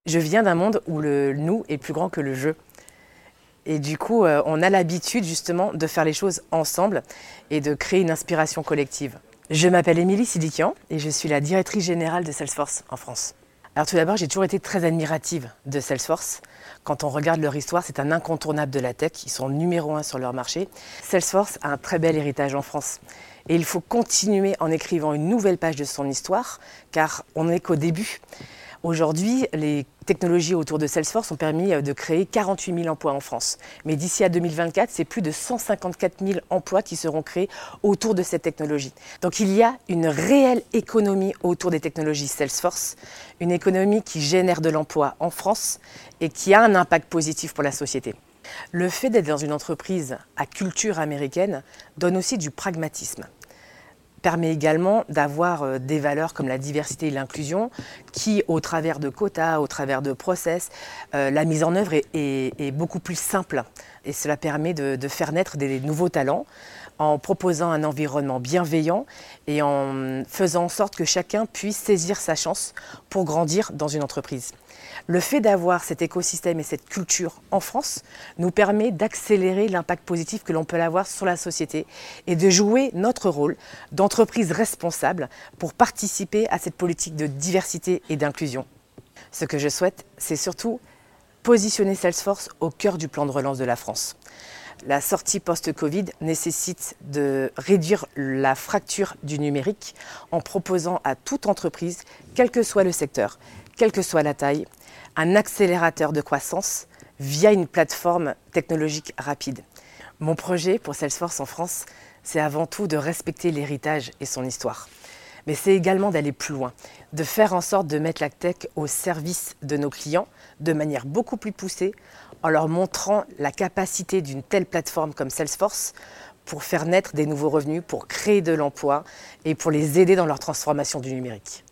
Je viens d'un monde où le nous est plus grand que le je. Et du coup, on a l'habitude justement de faire les choses ensemble et de créer une inspiration collective. Je m'appelle Émilie Sidikian et je suis la directrice générale de Salesforce en France. Alors tout d'abord, j'ai toujours été très admirative de Salesforce. Quand on regarde leur histoire, c'est un incontournable de la tech. Ils sont numéro 1 sur leur marché. Salesforce a un très bel héritage en France. Et il faut continuer en écrivant une nouvelle page de son histoire, car on n'est qu'au début. Aujourd'hui, les technologies autour de Salesforce ont permis de créer 48 000 emplois en France. Mais d'ici à 2024, c'est plus de 154 000 emplois qui seront créés autour de cette technologie. Donc il y a une réelle économie autour des technologies Salesforce, une économie qui génère de l'emploi en France et qui a un impact positif pour la société. Le fait d'être dans une entreprise à culture américaine donne aussi du pragmatisme. Permet également d'avoir des valeurs comme la diversité et l'inclusion qui, au travers de quotas, au travers de process, la mise en œuvre est beaucoup plus simple. Et cela permet de faire naître des nouveaux talents en proposant un environnement bienveillant et en faisant en sorte que chacun puisse saisir sa chance pour grandir dans une entreprise. Le fait d'avoir cet écosystème et cette culture en France nous permet d'accélérer l'impact positif que l'on peut avoir sur la société et de jouer notre rôle d'entreprise responsable pour participer à cette politique de diversité et d'inclusion. Ce que je souhaite, c'est surtout positionner Salesforce au cœur du plan de relance de la France. La sortie post-Covid nécessite de réduire la fracture du numérique en proposant à toute entreprise, quel que soit le secteur, quelle que soit la taille, un accélérateur de croissance via une plateforme technologique rapide. Mon projet pour Salesforce en France, c'est avant tout de respecter l'héritage et son histoire. Mais c'est également d'aller plus loin, de faire en sorte de mettre la tech au service de nos clients de manière beaucoup plus poussée, en leur montrant la capacité d'une telle plateforme comme Salesforce pour faire naître des nouveaux revenus, pour créer de l'emploi et pour les aider dans leur transformation du numérique.